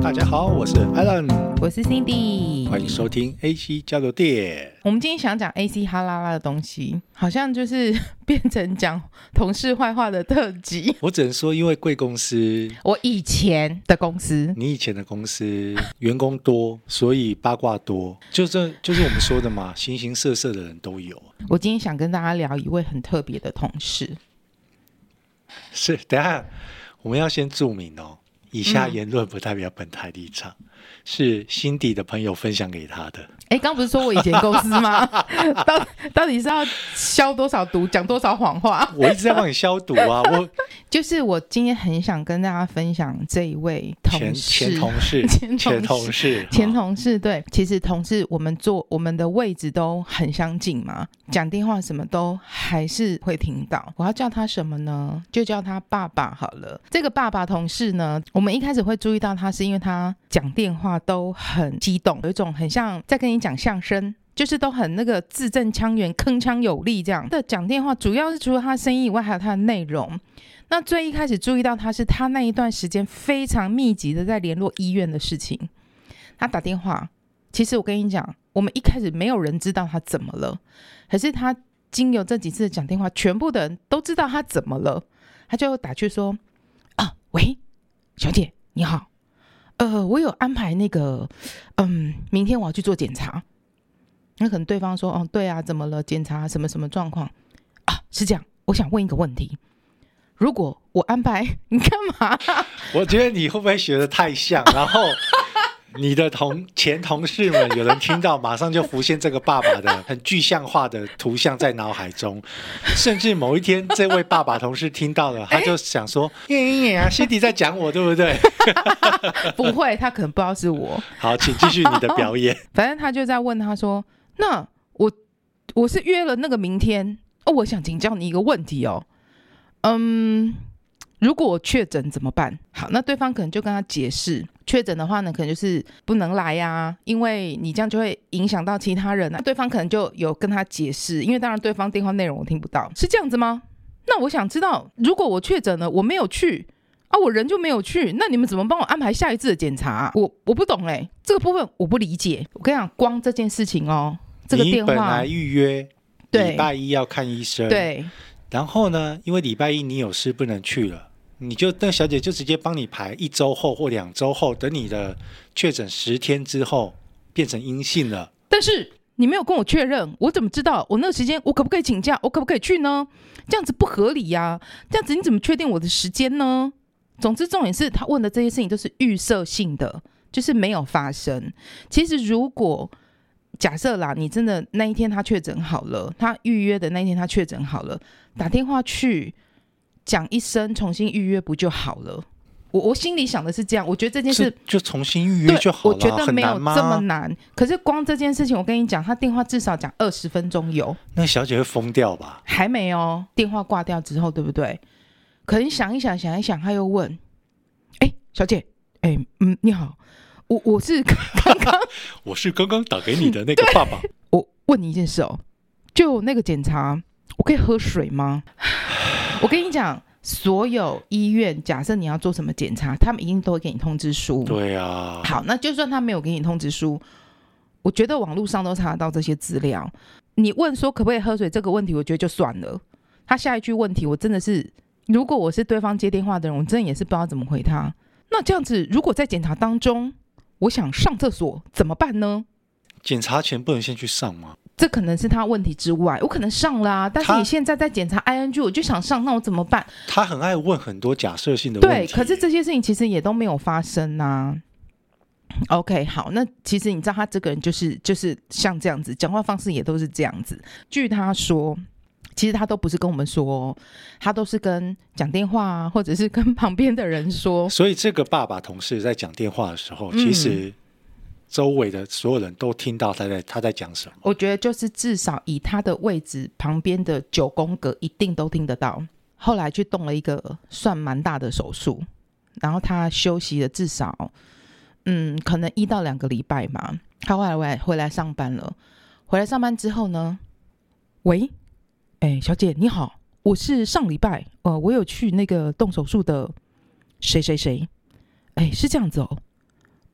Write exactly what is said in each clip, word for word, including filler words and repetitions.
大家好，我是 Alan， 我是 Cindy， 欢迎收听 A C 交流店。 我们今天想讲 A C 哈啦啦的东西，好像就是变成讲同事坏话的特辑。 我只能说，因为贵公司， 我以前的公司， 你以前的公司员工多，所以八卦多，就这就是我们说的嘛，形形色色的人都有。 我今天想跟大家聊一位很特别的同事。 是，等一下我们要先注明哦，以下言论不代表本台立场，嗯、是辛迪的朋友分享给他的。 哎，刚不是说我以前公司吗？到到底是要消多少毒，讲多少谎话？ 我一直在帮你消毒啊！我就是我今天很想跟大家分享这一位同事， 前前同事，前同事， 前同事。对，其实同事我们做我们的位置都很相近嘛，讲电话什么都还是会听到。我要叫他什么呢？就叫他爸爸好了。这个爸爸同事呢，我们一开始会注意到他，是因为他讲电话都很激动，有一种很像在跟你讲相声，就是都很那个字正腔圆、铿锵有力这样的讲电话。主要是除了他的声音以外，还有他的内容。那最一开始注意到他是他那一段时间非常密集的在联络医院的事情。他打电话，其实我跟你讲，我们一开始没有人知道他怎么了，可是他经由这几次的讲电话，全部的人都知道他怎么了。他就打去说：啊，喂，小姐你好，呃，我有安排那个，嗯，明天我要去做检查。那可能对方说：哦，对啊，怎么了？检查什么什么状况啊？是这样，我想问一个问题。如果我安排你干嘛？ 我觉得你会不会学得太像，然后你的同前同事们有人听到马上就浮现这个爸爸的很具象化的图像在脑海中，甚至某一天这位爸爸同事听到了，他就想说耶耶啊，辛迪在讲我对不对？ 不会，他可能不知道是我。 好，请继续你的表演。 反正他就在问他说，那我我是约了那个明天哦，我想请教你一个问题哦。嗯，如果我确诊怎么办？好，那对方可能就跟他解释，确诊的话呢，可能就是不能来呀、啊，因为你这样就会影响到其他人啊。对方可能就有跟他解释，因为当然对方电话内容我听不到，是这样子吗？那我想知道，如果我确诊了，我没有去啊，我人就没有去，那你们怎么帮我安排下一次的检查、啊？我我不懂哎、欸，这个部分我不理解。我跟你讲，光这件事情哦，这个电话你本来预约礼拜一要看医生， 对。 然后呢，因为礼拜一你有事不能去了，你就那小姐就直接帮你排一周后或两周后，等你的确诊十天之后变成阴性了。 但是你没有跟我确认，我怎么知道我那个时间我可不可以请假，我可不可以去呢？这样子不合理呀、啊！这样子你怎么确定我的时间呢？总之重点是他问的这些事情都是预设性的，就是没有发生。其实如果假设啦，你真的那一天他确诊好了，他预约的那一天他确诊好了，打电话去讲一声重新预约不就好了？我我心里想的是这样，我觉得这件事就重新预约就好了， 我觉得没有这么难。可是光这件事情，我跟你讲，他电话至少讲二十分钟有， 那小姐会疯掉吧？ 还没哦，电话挂掉之后，对不对？可能想一想，想一想，他又问：哎，小姐，哎，嗯，你好。我我是刚刚我是刚刚打给你的那个爸爸。 我问你一件事哦，就那个检查，我可以喝水吗？我跟你讲，所有医院假设你要做什么检查，他们一定都会给你通知书。 对啊。 好，那就算他没有给你通知书，我觉得网络上都查得到这些资料。你问说可不可以喝水这个问题，我觉得就算了。他下一句问题，我真的是，如果我是对方接电话的人，我真的也是不知道怎么回他。那这样子，如果在检查当中，我想上厕所怎么办呢？ 检查前不能先去上吗？ 这可能是他问题之外，我可能上啦、啊，但是你现在在检查 I N G， 我就想上，那我怎么办？ 他很爱问很多假设性的问题， 对，可是这些事情其实也都没有发生啊。OK， 好，那其实你知道他这个人就是就是像这样子，讲话方式也都是这样子。据他说，其实他都不是跟我们说，他都是跟讲电话啊，或者是跟旁边的人说。 所以这个爸爸同事在讲电话的时候，嗯、其实周围的所有人都听到他在他在讲什么。 我觉得就是至少以他的位置旁边的九宫格一定都听得到。后来去动了一个算蛮大的手术，然后他休息了至少嗯可能一到两个礼拜嘛。他后来回来回来上班了，回来上班之后呢，喂。哎，小姐你好，我是上礼拜呃，我有去那个动手术的谁谁谁。哎，是这样子哦。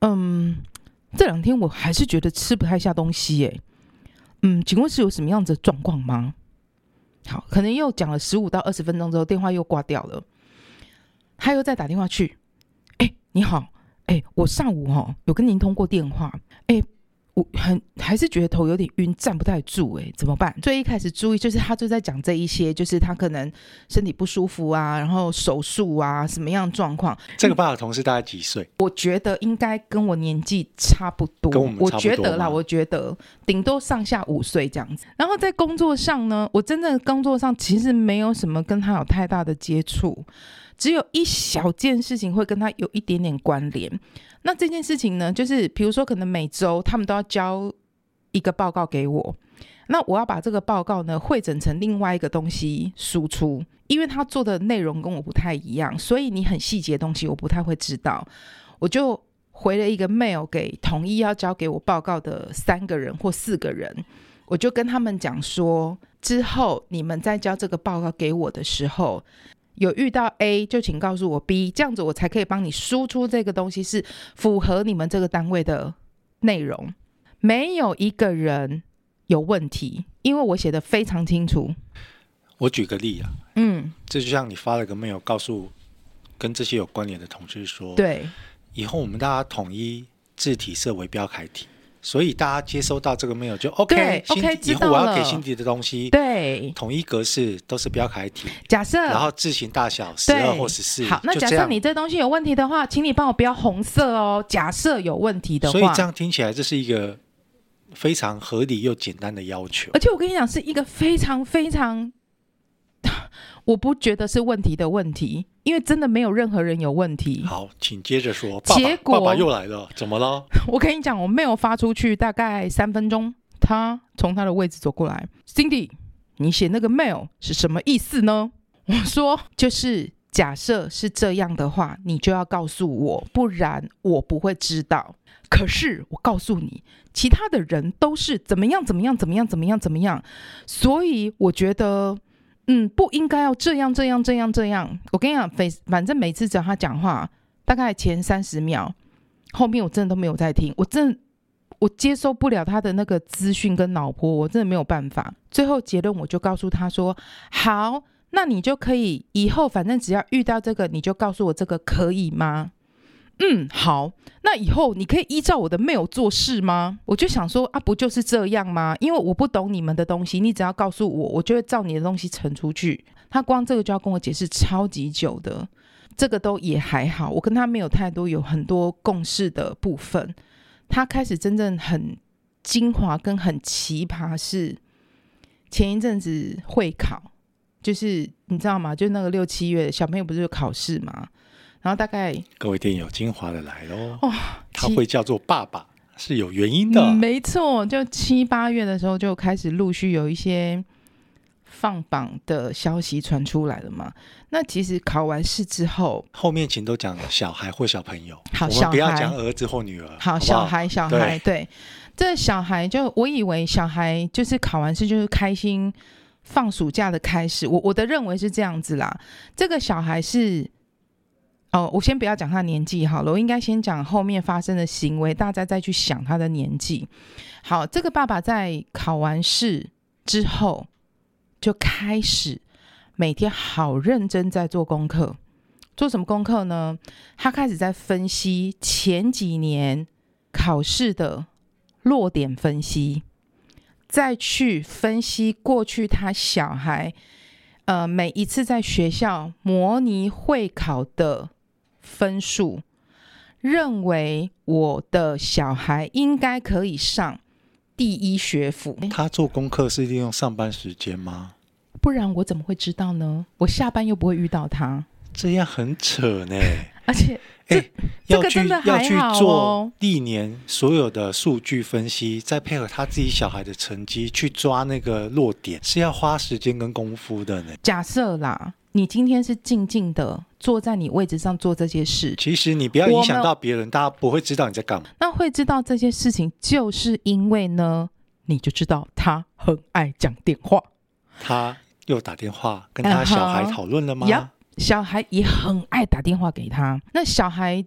嗯，这两天我还是觉得吃不太下东西耶。嗯，请问是有什么样子的状况吗？好，可能又讲了十五到二十分钟之后，电话又挂掉了。他又再打电话去，哎，你好，哎，我上午哦有跟您通过电话，哎。我很还是觉得头有点晕，站不太住，哎，怎么办？最一开始注意就是他就在讲这一些，就是他可能身体不舒服啊，然后手术啊，什么样的状况。 这个爸的同事大概几岁？ 我觉得应该跟我年纪差不多， 跟我们差不多。 我觉得啦，我觉得顶多上下五岁这样子。然后在工作上呢，我真的工作上其实没有什么跟他有太大的接触，只有一小件事情会跟他有一点点关联。那这件事情呢，就是比如说可能每周他们都要交一个报告给我，那我要把这个报告呢汇整成另外一个东西输出，因为他做的内容跟我不太一样，所以你很细节的东西我不太会知道，我就回了一个 mail 给统一要交给我报告的三个人或四个人，我就跟他们讲说，之后你们在交这个报告给我的时候，有遇到 A 就请告诉我 B， 这样子我才可以帮你输出这个东西是符合你们这个单位的内容。没有一个人有问题，因为我写得非常清楚。 我举个例啊， 嗯， 这就像你发了个 mail 告诉跟这些有关联的同事说， 对， 以后我们大家统一字体设为标楷体，所以大家接收到这个 mail 就 OK， OK， 以后我要给辛迪的东西， 对， 统一格式都是标楷体， 假设， 然后字形大小十二或十四。 好，那假设你这东西有问题的话，请你帮我标红色哦。假设有问题的话， 所以这样听起来这是一个非常合理又简单的要求， 而且我跟你讲是一个非常非常我不觉得是问题的问题，因为真的没有任何人有问题。 好，请接着说。爸爸结果爸爸又来了，怎么了？ 我跟你讲，我没有发出去大概三分钟，他从他的位置走过来 ，Cindy， 你写那个 mail 是什么意思呢？我说就是假设是这样的话，你就要告诉我，不然我不会知道。可是我告诉你，其他的人都是怎么样怎么样怎么样怎么样怎么样，所以我觉得。嗯，不应该要这样这样这样这样。我跟你讲，反正每次只要他讲话，大概前三十秒，后面我真的都没有在听。我真的我接受不了他的那个资讯跟脑波，我真的没有办法。最后结论我就告诉他说：好，那你就可以以后反正只要遇到这个，你就告诉我这个可以吗？嗯，好，那以后你可以依照我的 mail 做事吗？我就想说啊，不就是这样吗？因为我不懂你们的东西，你只要告诉我，我就会照你的东西呈出去。他光这个就要跟我解释超级久的，这个都也还好，我跟他没有太多有很多共识的部分。他开始真正很精华跟很奇葩是前一阵子会考，就是你知道吗？就那个六七月小朋友不是有考试吗？然后大概各位电影有精华的来咯、哦、他会叫做爸爸是有原因的、嗯、 没错，就七八月的时候就开始陆续有一些放榜的消息传出来了嘛。那其实考完试之后， 后面请都讲小孩或小朋友， 好， 我们不要讲儿子或女儿。 好, 好, 好小孩小孩 对, 对这小孩就我以为小孩就是考完试就是开心放暑假的开始，我我的认为是这样子啦。这个小孩是哦，我先不要讲他年纪好了，我应该先讲后面发生的行为，大家再去想他的年纪。好，这个爸爸在考完试之后就开始每天好认真在做功课。做什么功课呢？他开始在分析前几年考试的落点分析，再去分析过去他小孩呃每一次在学校模拟会考的分数，认为我的小孩应该可以上第一学府。 他做功课是利用上班时间吗？ 不然我怎么会知道呢？我下班又不会遇到他， 这样很扯呢。 而且这、欸、这个真的还好哦， 要去做历年所有的数据分析，再配合他自己小孩的成绩去抓那个落点，是要花时间跟功夫的呢。 假设啦，你今天是静静的坐在你位置上做这些事， 其实你不要影响到别人，大家不会知道你在干嘛。 那会知道这些事情，就是因为呢，你就知道他很爱讲电话。 他又打电话跟他小孩讨论了吗？ uh-huh, 小孩也很爱打电话给他。那小孩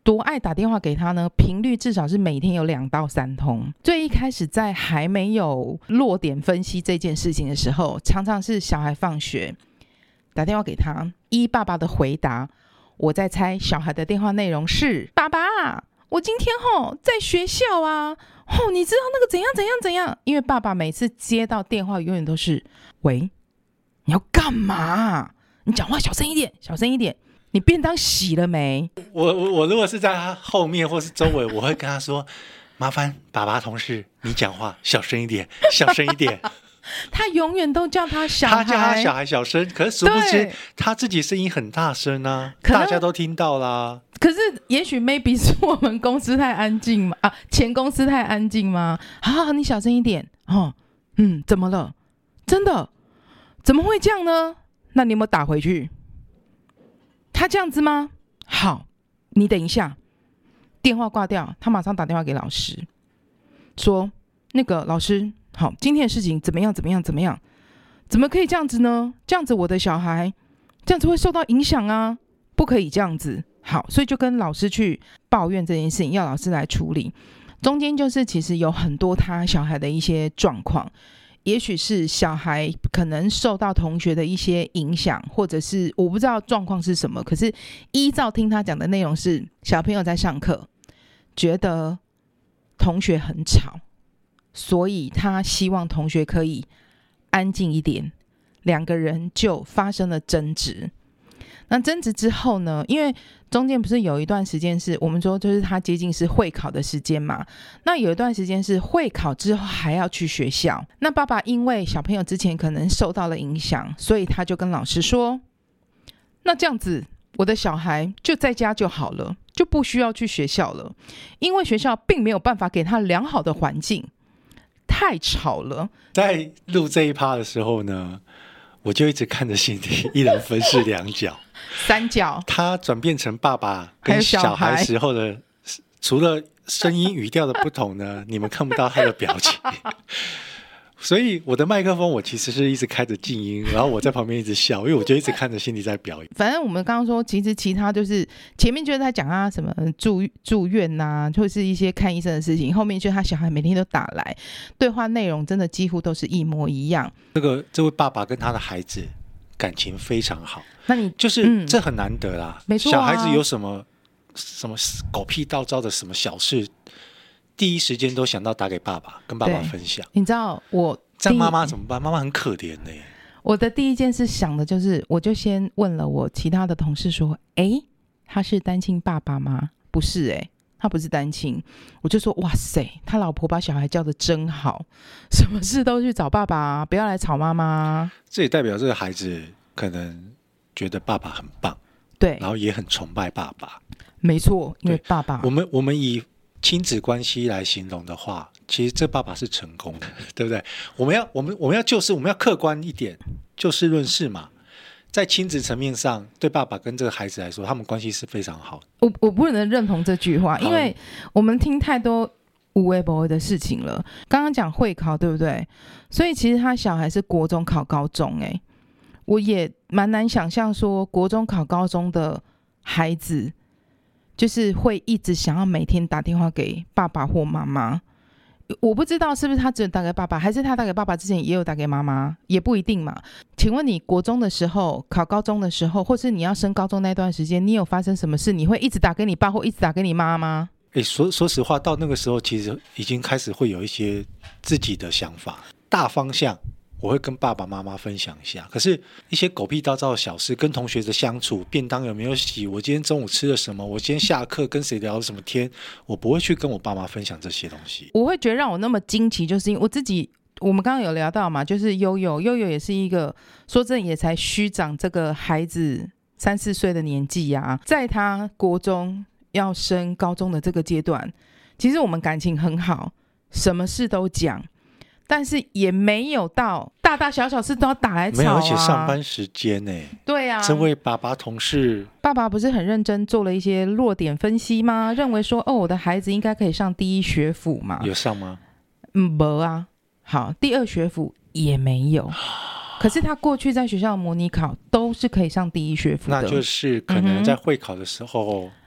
多爱打电话给他呢？频率至少是每天有两到三通。最一开始在还没有落点分析这件事情的时候，常常是小孩放学打电话给他，依爸爸的回答，我在猜小孩的电话内容是：爸爸，我今天吼在学校啊，吼你知道那个怎样怎样怎样。因为爸爸每次接到电话永远都是：喂，你要干嘛？你讲话小声一点，小声一点。你便当洗了没？ 我我我如果是在他后面或是周围，我会跟他说：麻烦爸爸同事，你讲话小声一点，小声一点。 他永远都叫他小孩， 他叫他小孩小声，可是殊不知他自己声音很大声啊，大家都听到啦。 可是也许 maybe 是我们公司太安静嘛，啊，前公司太安静吗？好，你小声一点哦。嗯，怎么了？真的？怎么会这样呢？那你有没有打回去？他这样子吗？好，你等一下，电话挂掉，他马上打电话给老师，说那个老师，好，今天的事情怎么样？怎么样？怎么样？怎么可以这样子呢？这样子我的小孩这样子会受到影响啊，不可以这样子。好，所以就跟老师去抱怨这件事情，要老师来处理。中间就是其实有很多他小孩的一些状况。也许是小孩可能受到同学的一些影响，或者是我不知道状况是什么，可是依照听他讲的内容是，小朋友在上课觉得同学很吵，所以他希望同学可以安静一点，两个人就发生了争执。那争执之后呢，因为中间不是有一段时间是我们说就是他接近是会考的时间嘛，那有一段时间是会考之后还要去学校，那爸爸因为小朋友之前可能受到了影响，所以他就跟老师说，那这样子我的小孩就在家就好了，就不需要去学校了，因为学校并没有办法给他良好的环境，太吵了。 在录这一趴的时候呢，我就一直看着辛迪一人分饰两角三角， 他转变成爸爸跟小孩时候的，除了声音语调的不同呢，你们看不到他的表情。所以我的麦克风我其实是一直开着静音，然后我在旁边一直笑，因为我就一直看着辛迪在表演。 反正我们刚刚说，其实其他就是前面就是在讲他什么住住院呐、啊，或是一些看医生的事情，后面就是他小孩每天都打来，对话内容真的几乎都是一模一样。 这个这位爸爸跟他的孩子感情非常好， 那你就是、嗯、这很难得啦。 没错啊， 小孩子有什么什么狗屁倒灶的什么小事，第一时间都想到打给爸爸，跟爸爸分享。 你知道我这样妈妈怎么办？妈妈很可怜的耶。 我的第一件事想的就是，我就先问了我其他的同事说：“哎，他是单亲爸爸吗？”不是哎、欸，他不是单亲。我就说：“哇塞，他老婆把小孩教得真好，什么事都去找爸爸、啊，不要来吵妈妈。” 这也代表这个孩子可能觉得爸爸很棒， 对， 然后也很崇拜爸爸。 没错，因为爸爸， 我们我们以亲子关系来形容的话，其实这爸爸是成功的，对不对？我们要我们我们要就事，我们要客观一点，就事论事嘛。在亲子层面上，对爸爸跟这个孩子来说，他们关系是非常好的。 我我不能认同这句话，因为我们听太多无微不微的事情了。刚刚讲会考，对不对？所以其实他小孩是国中考高中、欸，哎，我也蛮难想象说国中考高中的孩子。就是会一直想要每天打电话给爸爸或妈妈，我不知道是不是他只有打给爸爸，还是他打给爸爸之前也有打给妈妈，也不一定嘛。请问你国中的时候、考高中的时候，或是你要升高中那段时间，你有发生什么事？你会一直打给你爸或一直打给你妈吗？ 欸、说说实话，到那个时候其实已经开始会有一些自己的想法，大方向我会跟爸爸妈妈分享一下，可是一些狗屁倒灶的小事，跟同学的相处，便当有没有洗，我今天中午吃了什么，我今天下课跟谁聊了什么天，我不会去跟我爸妈分享这些东西。 我会觉得让我那么惊奇，就是因为我自己，我们刚刚有聊到嘛，就是悠悠悠悠也是一个说真的也才虚长这个孩子三四岁的年纪啊，在他国中要升高中的这个阶段，其实我们感情很好，什么事都讲，但是也没有到大大小小事都要打来吵啊。 没有，而且上班时间呢、欸？ 对啊， 这位爸爸同事， 爸爸不是很认真做了一些落点分析吗？认为说，哦，我的孩子应该可以上第一学府嘛？ 有上吗？ 嗯，没啊。好，第二学府也没有。可是他过去在学校的模拟考都是可以上第一学府的， 那就是可能在会考的时候。嗯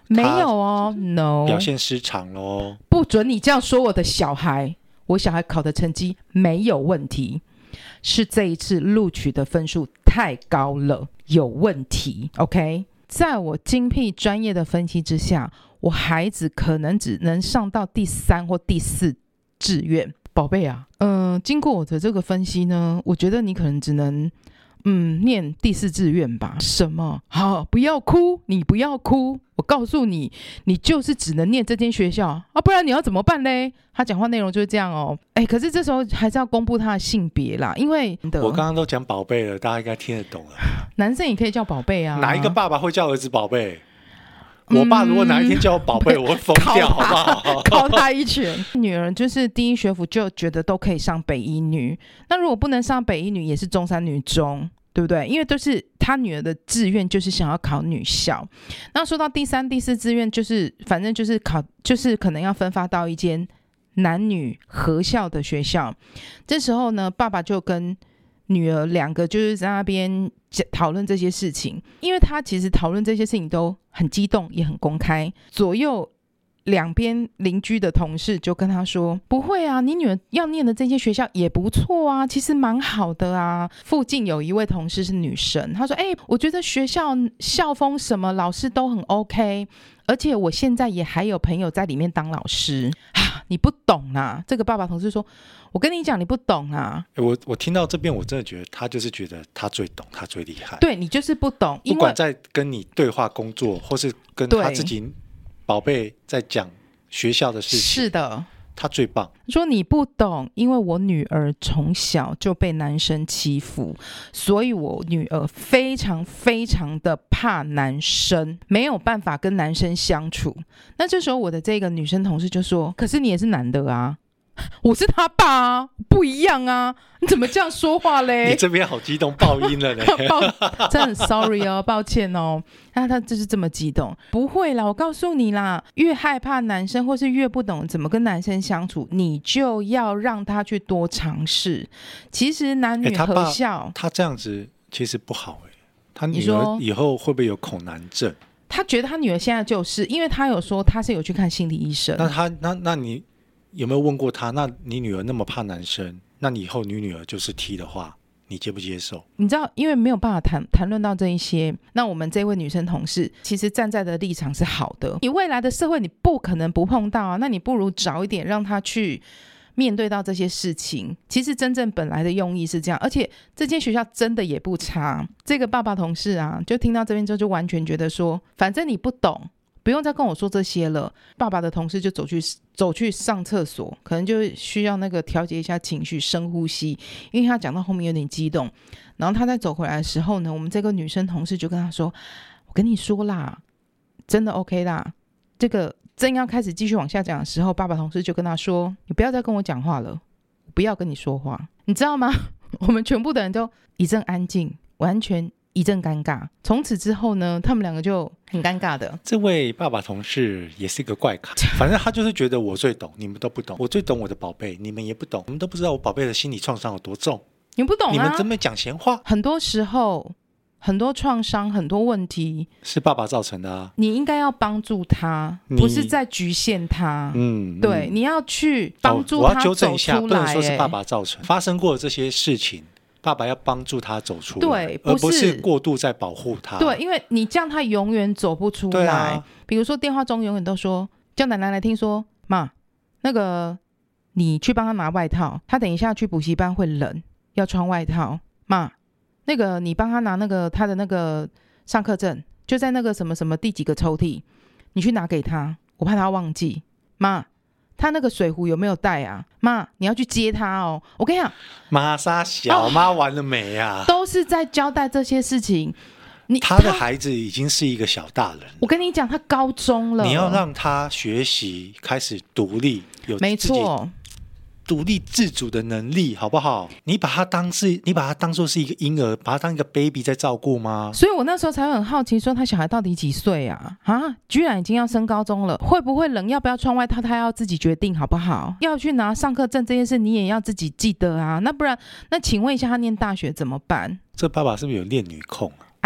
没有哦 ，no， 表现失常咯。 不准你这样说我的小孩，我小孩考的成绩没有问题，是这一次录取的分数太高了，有问题。OK， 在我精辟专业的分析之下，我孩子可能只能上到第三或第四志愿。宝贝啊，嗯、呃，经过我的这个分析呢，我觉得你可能只能。嗯，念第四志愿吧。什么？好，不要哭，你不要哭。我告诉你，你就是只能念这间学校啊，不然你要怎么办嘞？他讲话内容就是这样哦。哎，可是这时候还是要公布他的性别啦，因为我刚刚都讲宝贝了，大家应该听得懂了。 男生也可以叫宝贝啊。 哪一个爸爸会叫儿子宝贝？我爸如果哪一天叫我宝贝、嗯、我会疯掉，好不好？ 靠他一拳。女儿就是第一学府就觉得都可以上北一女，那如果不能上北一女，也是中山女中。对不对？因为都是他女儿的志愿，就是想要考女校。那说到第三、第四志愿，就是反正就是考，就是可能要分发到一间男女合校的学校。这时候呢，爸爸就跟女儿两个就是在那边讨论这些事情，因为他其实讨论这些事情都很激动，也很公开。左右两边邻居的同事就跟他说，不会啊，你女儿要念的这些学校也不错啊，其实蛮好的啊。附近有一位同事是女生，她说哎、欸，我觉得学校校风什么老师都很 OK， 而且我现在也还有朋友在里面当老师啊。你不懂啊。这个爸爸同事说，我跟你讲你不懂啊。 欸、我, 我听到这边我真的觉得他就是觉得他最懂，他最厉害。 对，你就是不懂， 不管在跟你对话工作或是跟他自己宝贝在讲学校的事情， 是的， 他最棒。 说你不懂，因为我女儿从小就被男生欺负，所以我女儿非常非常的怕男生，没有办法跟男生相处。那这时候我的这个女生同事就说，可是你也是男的啊。我是他爸啊，不一样啊，你怎么这样说话嘞？ 你这边好激动，爆音了呢。 真的很 sorry 哦，抱歉哦。那他就是这么激动，不会啦，我告诉你啦，越害怕男生或是越不懂怎么跟男生相处，你就要让他去多尝试。其实男女合校、欸、 他, 他这样子其实不好哎、欸，他女儿以后会不会有恐男症？ 他觉得他女儿现在就是，因为他有说他是有去看心理医生。 那他那那你有没有问过他？那你女儿那么怕男生，那你以后你女儿就是 T 的话，你接不接受？ 你知道，因为没有办法谈谈论到这一些，那我们这位女生同事其实站在的立场是好的。你未来的社会你不可能不碰到啊，那你不如早一点让她去面对到这些事情。其实真正本来的用意是这样，而且这间学校真的也不差。这个爸爸同事啊，就听到这边之后就完全觉得说，反正你不懂，不用再跟我说这些了。爸爸的同事就走去走去上厕所，可能就需要那个调节一下情绪，深呼吸，因为他讲到后面有点激动。然后他在走回来的时候呢，我们这个女生同事就跟他说，我跟你说啦，真的 OK 啦。这个正要开始继续往下讲的时候，爸爸同事就跟他说，你不要再跟我讲话了，我不要跟你说话，你知道吗？我们全部的人都一阵安静，完全一阵尴尬。从此之后呢，他们两个就很尴尬的。 这位爸爸同事也是一个怪咖，反正他就是觉得我最懂，你们都不懂，我最懂我的宝贝，你们也不懂，你们都不知道我宝贝的心理创伤有多重。 你不懂啊， 你们真的讲闲话。很多时候很多创伤很多问题是爸爸造成的啊， 你应该要帮助他，不是在局限他。嗯，对，你要去帮助他走出来、欸哦、我要纠正一下，不能说是爸爸造成，发生过的这些事情爸爸要帮助他走出来，对，不而不是过度在保护他。 对，因为你这样他永远走不出来、啊、比如说电话中永远都说叫奶奶来听说，妈，那个你去帮他拿外套，他等一下去补习班会冷，要穿外套。妈，那个你帮他拿那个他的那个上课证，就在那个什么什么第几个抽屉，你去拿给他，我怕他忘记。妈，他那个水壶有没有带啊？妈，你要去接他哦。我跟你讲， 妈傻小妈完了没啊？ 都是在交代这些事情。你他的孩子已经是一个小大人了，我跟你讲，他高中了， 你要让他学习开始独立，有自己没错， 独立自主的能力，好不好？你把他当是，你把他当作是一个婴儿，把他当一个 baby 在照顾吗？ 所以我那时候才会很好奇，说他小孩到底几岁啊？啊，居然已经要升高中了，会不会冷？要不要穿外套？他要自己决定，好不好？要去拿上课证这件事，你也要自己记得啊。那不然，那请问一下，他念大学怎么办？ 这爸爸是不是有恋女控啊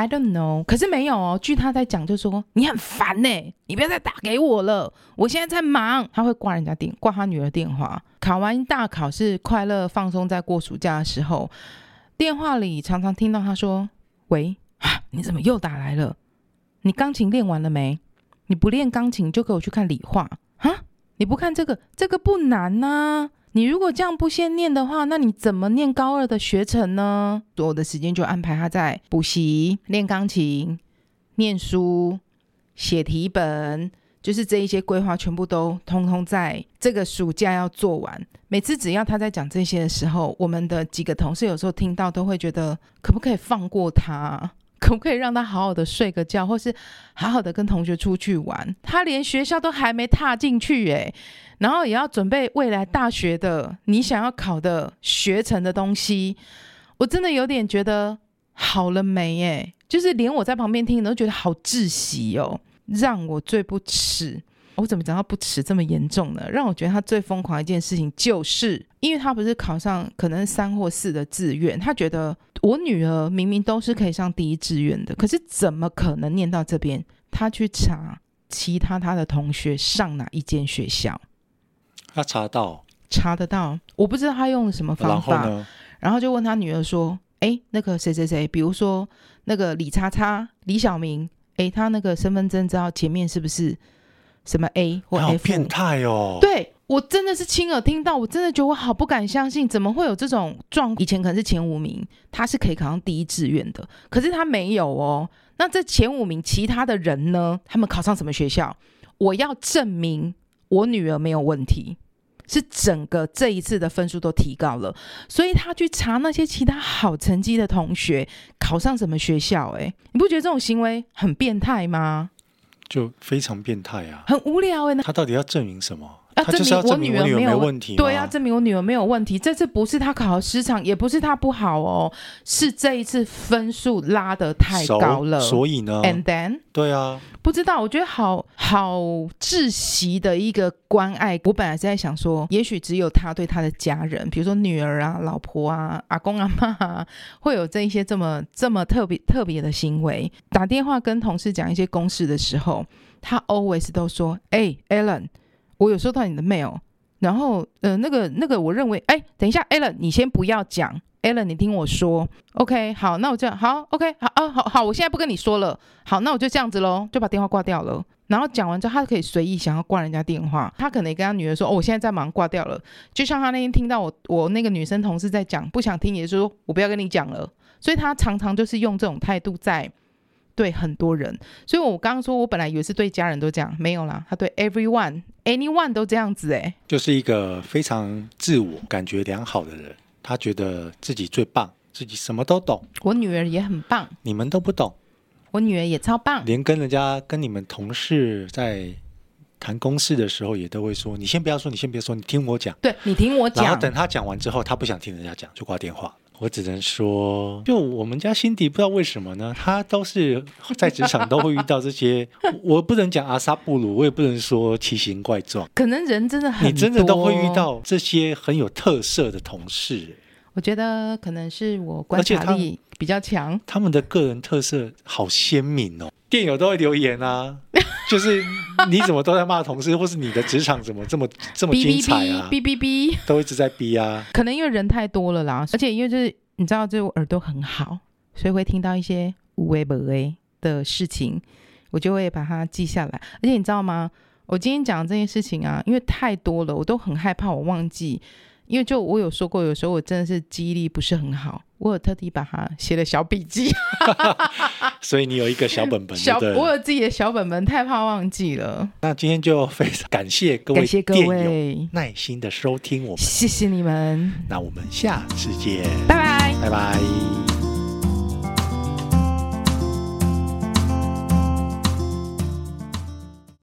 I don't know， 可是没有哦。据他在讲，就说你很烦呢、欸，你不要再打给我了，我现在在忙。他会挂人家电，挂他女儿电话。考完大考是快乐放松，在过暑假的时候，电话里常常听到他说：“喂，啊，你怎么又打来了？你钢琴练完了没？你不练钢琴就给我去看理化啊！你不看这个，这个不难啊。”你如果这样不先念的话，那你怎么念高二的学程呢？所有的时间就安排他在补习、练钢琴、念书、写题本，就是这一些规划全部都通通在这个暑假要做完。每次只要他在讲这些的时候，我们的几个同事有时候听到都会觉得，可不可以放过他？可不可以让他好好的睡个觉，或是好好的跟同学出去玩？他连学校都还没踏进去耶，然后也要准备未来大学的你想要考的学程的东西，我真的有点觉得好了没耶，就是连我在旁边听都觉得好窒息哦。让我最不耻，我怎么讲到不耻这么严重呢？让我觉得他最疯狂的一件事情，就是因为他不是考上可能三或四的志愿，他觉得我女儿明明都是可以上第一志愿的，可是怎么可能念到这边？他去查其他他的同学上哪一间学校， 他查到， 查得到，我不知道他用了什么方法。 然后呢？ 然后就问他女儿说：“哎，那个谁谁谁，比如说那个李叉叉、李小明，哎，他那个身份证照前面是不是什么 A 或 F？” 好变态哦！ 对，我真的是亲耳听到，我真的觉得我好不敢相信，怎么会有这种状况？以前可能是前五名，他是可以考上第一志愿的，可是他没有哦。那这前五名其他的人呢？他们考上什么学校？我要证明我女儿没有问题，是整个这一次的分数都提高了，所以他去查那些其他好成绩的同学考上什么学校。哎，你不觉得这种行为很变态吗？ 就非常变态啊， 很无聊哎。 他到底要证明什么？ 要他就是要证明我女儿没问题吗？ 对，要证明我女儿没有问题。这次不是他考的失常，也不是他不好哦，是这一次分数拉得太高了。 所以呢 ，and then， 对啊， 不知道，我觉得好好窒息的一个关爱。我本来是在想说，也许只有他对他的家人，比如说女儿啊、老婆啊、阿公阿嬷啊，会有这一些这么这么特别特别的行为。打电话跟同事讲一些公事的时候，他 always 都说：“哎、欸、，Alan。”我有收到你的 mail， 然后呃，那个那个，我认为，哎，等一下 ，Alan， 你先不要讲 ，Alan， 你听我说 ，OK， 好，那我这样，好 ，OK， 好啊，好好，我现在不跟你说了，好，那我就这样子咯，就把电话挂掉了。然后讲完之后，他可以随意想要挂人家电话，他可能跟他女儿说，哦，我现在在忙，挂掉了。就像他那天听到我我那个女生同事在讲，不想听，也就是说我不要跟你讲了。所以他常常就是用这种态度在对很多人，所以我刚刚说我本来以为是对家人都这样，没有啦，他对 everyone anyone 都这样子。哎，就是一个非常自我感觉良好的人，他觉得自己最棒，自己什么都懂。 我女儿也很棒， 你们都不懂， 我女儿也超棒， 连跟人家跟你们同事在谈公事的时候也都会说，你先不要说，你先别说，你听我讲。 对，你听我讲。 然后等他讲完之后，他不想听人家讲，就挂电话。我只能说，就我们家辛迪不知道为什么呢，他都是在职场都会遇到这些我不能讲阿萨布鲁，我也不能说奇形怪状， 可能人真的很多， 你真的都会遇到这些很有特色的同事。 我觉得可能是我观察力比较强， 他们的个人特色好鲜明哦。电友都会留言啊，就是你怎么都在骂同事，或是你的职场怎么这么这么精彩啊？ 哔哔哔， 都一直在哔啊。可能因为人太多了啦，而且因为就是你知道，就我耳朵很好，所以会听到一些无为不为的事情，我就会把它记下来。而且你知道吗？我今天讲这件事情啊，因为太多了，我都很害怕我忘记。因为就我有说过，有时候我真的是记忆力不是很好，我有特地把它写了小笔记。 所以你有一个小本本， 小我有自己的小本本，太怕忘记了。 那今天就非常感谢各位电友耐心的收听我们， 谢谢你们。 那我们下次见， 拜拜， 拜拜。